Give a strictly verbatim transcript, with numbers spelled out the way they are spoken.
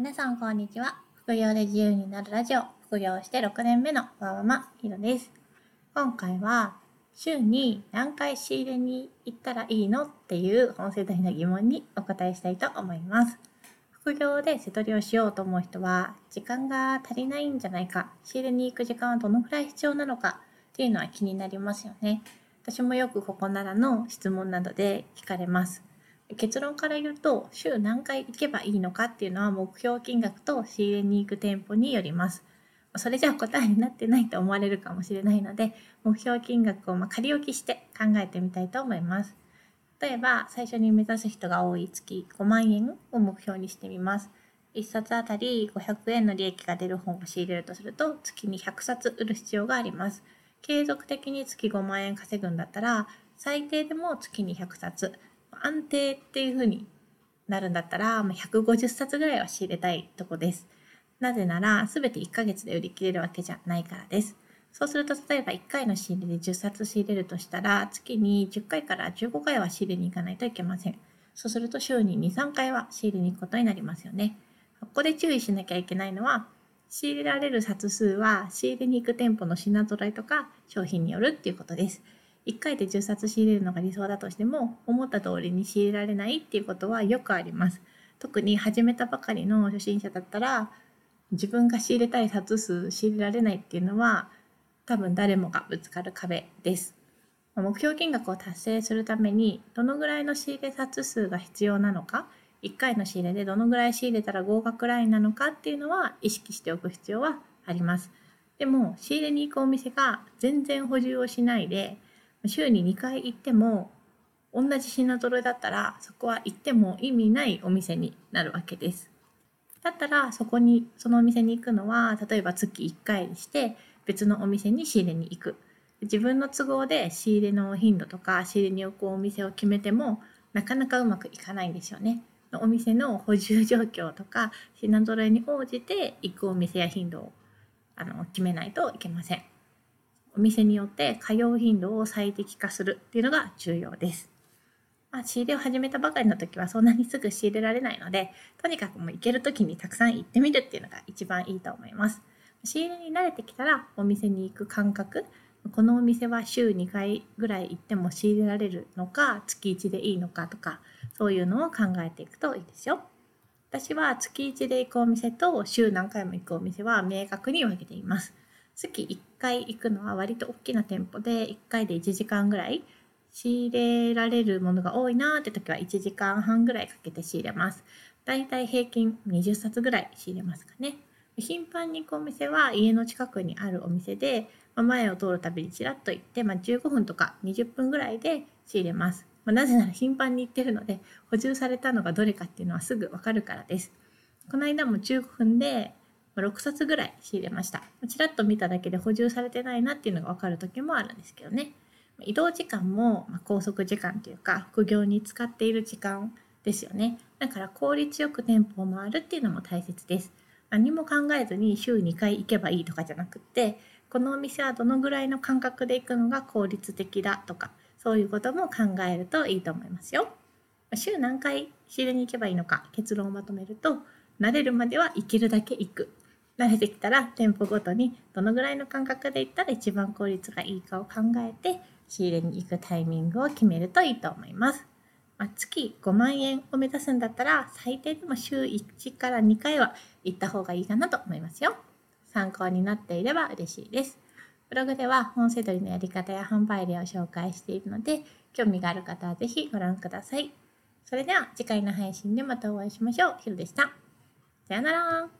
皆さんこんにちは。副業で自由になるラジオ、副業してろくねんめのわママひろです。今回は週に何回仕入れに行ったらいいのっていう本世代の疑問にお答えしたいと思います。副業で瀬取りをしようと思う人は時間が足りないんじゃないか、仕入れに行く時間はどのくらい必要なのかっていうのは気になりますよね。私もよくここならの質問などで聞かれます。結論から言うと、週何回行けばいいのかっていうのは目標金額と仕入れに行く店舗によります。それじゃあ答えになってないと思われるかもしれないので、目標金額をまあ仮置きして考えてみたいと思います。例えば、最初に目指す人が多い月ごまんえんを目標にしてみます。いっさつあたりごひゃくえんの利益が出る本を仕入れるとすると、月にひゃくさつ売る必要があります。継続的に月ごまんえん稼ぐんだったら、最低でも月にひゃくさつ、安定っていう風になるんだったらひゃくごじゅっさつぐらいは仕入れたいとこです。なぜなら全ていっかげつで売り切れるわけじゃないからです。そうすると例えばいっかいの仕入れでじゅっさつ仕入れるとしたら月にじゅっかいからじゅうごかいは仕入れに行かないといけません。そうすると週にに、さんかいは仕入れに行くことになりますよね。ここで注意しなきゃいけないのは、仕入れられる冊数は仕入れに行く店舗の品揃えとか商品によるっていうことです。いっかいでじゅっさつ仕入れるのが理想だとしても、思った通りに仕入れられないっていうことはよくあります。特に始めたばかりの初心者だったら、自分が仕入れたい冊数仕入れられないっていうのは、多分誰もがぶつかる壁です。目標金額を達成するために、どのぐらいの仕入れ冊数が必要なのか、いっかいの仕入れでどのぐらい仕入れたら合格ラインなのかっていうのは意識しておく必要はあります。でも、仕入れに行くお店が全然補充をしないで、週ににかい行っても同じ品揃えだったら、そこは行っても意味ないお店になるわけです。だったらそこにそのお店に行くのは、例えば月いっかいにして別のお店に仕入れに行く。自分の都合で仕入れの頻度とか仕入れに置くお店を決めてもなかなかうまくいかないんですよね。お店の補充状況とか品揃えに応じて行くお店や頻度をあの決めないといけません。お店によって通う頻度を最適化するっていうのが重要です。まあ、仕入れを始めたばかりの時はそんなにすぐ仕入れられないので、とにかくもう行ける時にたくさん行ってみるっていうのが一番いいと思います。仕入れに慣れてきたらお店に行く感覚、このお店は週にかいぐらい行っても仕入れられるのか、月いちでいいのかとか、そういうのを考えていくといいですよ。私は月いちで行くお店と週何回も行くお店は明確に分けています。月いっかい行くのは割と大きな店舗でいっかいでいちじかんぐらい仕入れられるものが多いなーって時はいちじかんはんぐらいかけて仕入れます。だいたい平均にじゅっさつぐらい仕入れますかね。頻繁に行くお店は家の近くにあるお店で、前を通るたびにちらっと行って、まあ、じゅうごふんとかにじゅっぷんぐらいで仕入れます。まあ、なぜなら頻繁に行ってるので、補充されたのがどれかっていうのはすぐわかるからです。この間もじゅうごふんでろくさつぐらい仕入れました。ちらっと見ただけで補充されてないなっていうのがわかる時もあるんですけどね。移動時間も拘束時間というか副業に使っている時間ですよね。だから効率よく店舗を回るっていうのも大切です。何も考えずに週にかい行けばいいとかじゃなくって、このお店はどのぐらいの間隔で行くのが効率的だとか、そういうことも考えるといいと思いますよ。週何回仕入れに行けばいいのか、結論をまとめると、慣れるまでは行けるだけ行く。慣れてきたら店舗ごとにどのぐらいの間隔で行ったら一番効率がいいかを考えて仕入れに行くタイミングを決めるといいと思います。まあ、月ごまんえんを目指すんだったら最低でも週いちからにかいは行った方がいいかなと思いますよ。参考になっていれば嬉しいです。ブログでは本セドリのやり方や販売例を紹介しているので、興味がある方はぜひご覧ください。それでは次回の配信でまたお会いしましょう。ひろでした。さよなら。